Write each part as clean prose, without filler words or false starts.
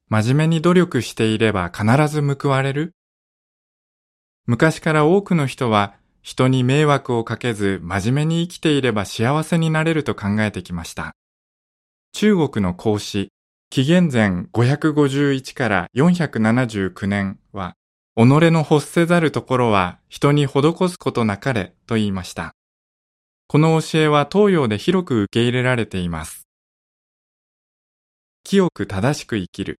真面目に努力していれば必ず報われる？昔から多くの人は人に迷惑をかけず真面目に生きていれば幸せになれると考えてきました。中国の孔子、紀元前551から479年は、己の欲せざるところは人に施すことなかれと言いました。この教えは東洋で広く受け入れられています。清く正しく生きる。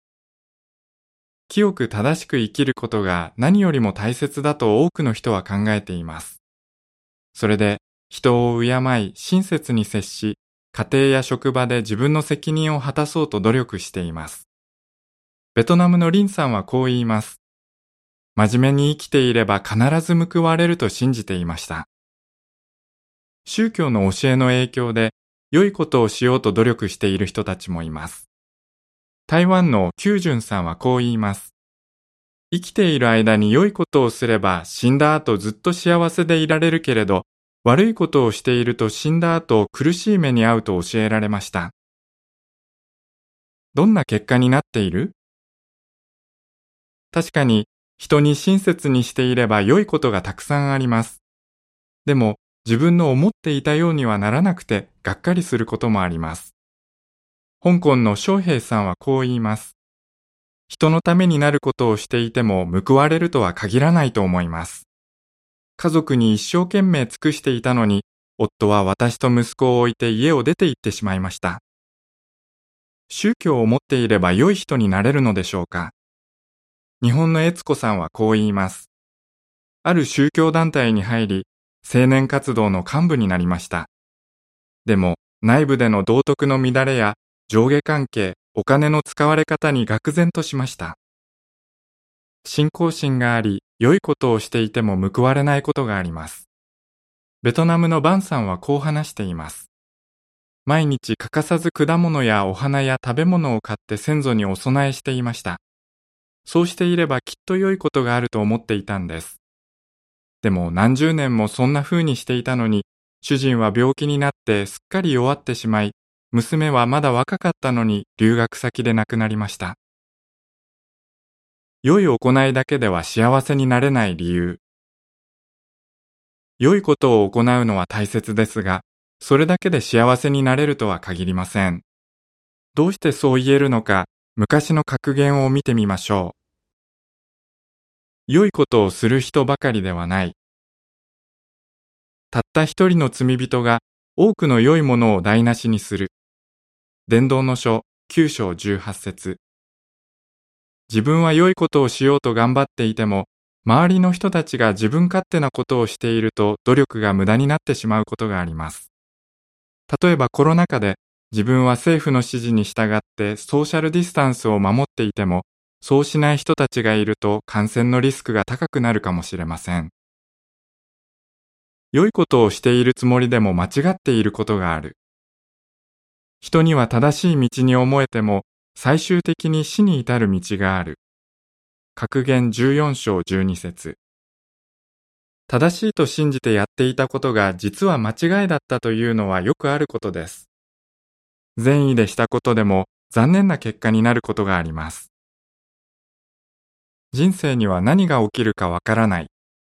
清く正しく生きることが何よりも大切だと多くの人は考えています。それで人を敬い親切に接し、家庭や職場で自分の責任を果たそうと努力しています。ベトナムのリンさんはこう言います。真面目に生きていれば必ず報われると信じていました。宗教の教えの影響で良いことをしようと努力している人たちもいます。台湾のキュージュンさんはこう言います。生きている間に良いことをすれば死んだ後ずっと幸せでいられるけれど、悪いことをしていると死んだ後苦しい目に遭うと教えられました。どんな結果になっている？確かに人に親切にしていれば良いことがたくさんあります。でも自分の思っていたようにはならなくてがっかりすることもあります。香港の昌平さんはこう言います。人のためになることをしていても報われるとは限らないと思います。家族に一生懸命尽くしていたのに、夫は私と息子を置いて家を出て行ってしまいました。宗教を持っていれば良い人になれるのでしょうか？日本の悦子さんはこう言います。ある宗教団体に入り、青年活動の幹部になりました。でも、内部での道徳の乱れや上下関係、お金の使われ方に愕然としました。信仰心があり、良いことをしていても報われないことがあります。ベトナムのバンさんはこう話しています。毎日欠かさず果物やお花や食べ物を買って先祖にお供えしていました。そうしていればきっと良いことがあると思っていたんです。でも何十年もそんな風にしていたのに、主人は病気になってすっかり弱ってしまい、娘はまだ若かったのに留学先で亡くなりました。良い行いだけでは幸せになれない理由。良いことを行うのは大切ですが、それだけで幸せになれるとは限りません。どうしてそう言えるのか、昔の格言を見てみましょう。良いことをする人ばかりではない。たった一人の罪人が多くの良いものを台無しにする。伝道の書9章18節。自分は良いことをしようと頑張っていても、周りの人たちが自分勝手なことをしていると努力が無駄になってしまうことがあります。例えばコロナ禍で自分は政府の指示に従ってソーシャルディスタンスを守っていても、そうしない人たちがいると感染のリスクが高くなるかもしれません。良いことをしているつもりでも間違っていることがある。人には正しい道に思えても、最終的に死に至る道がある。格言14章12節。正しいと信じてやっていたことが実は間違いだったというのはよくあることです。善意でしたことでも残念な結果になることがあります。人生には何が起きるかわからない。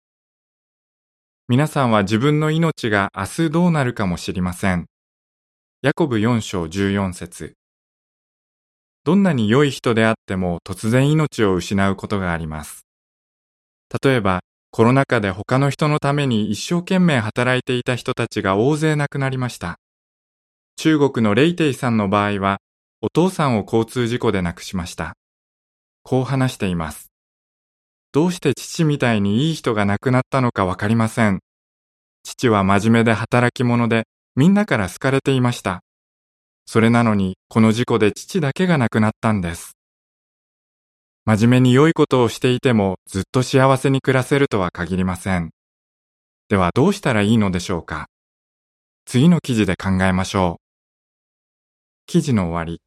皆さんは自分の命が明日どうなるかも知りません。ヤコブ4章14節。どんなに良い人であっても突然命を失うことがあります。例えば、コロナ禍で他の人のために一生懸命働いていた人たちが大勢亡くなりました。中国のレイテイさんの場合は、お父さんを交通事故で亡くしました。こう話しています。どうして父みたいにいい人が亡くなったのかわかりません。父は真面目で働き者で、みんなから好かれていました。それなのに、この事故で父だけが亡くなったんです。真面目に良いことをしていても、ずっと幸せに暮らせるとは限りません。ではどうしたらいいのでしょうか。次の記事で考えましょう。記事の終わり。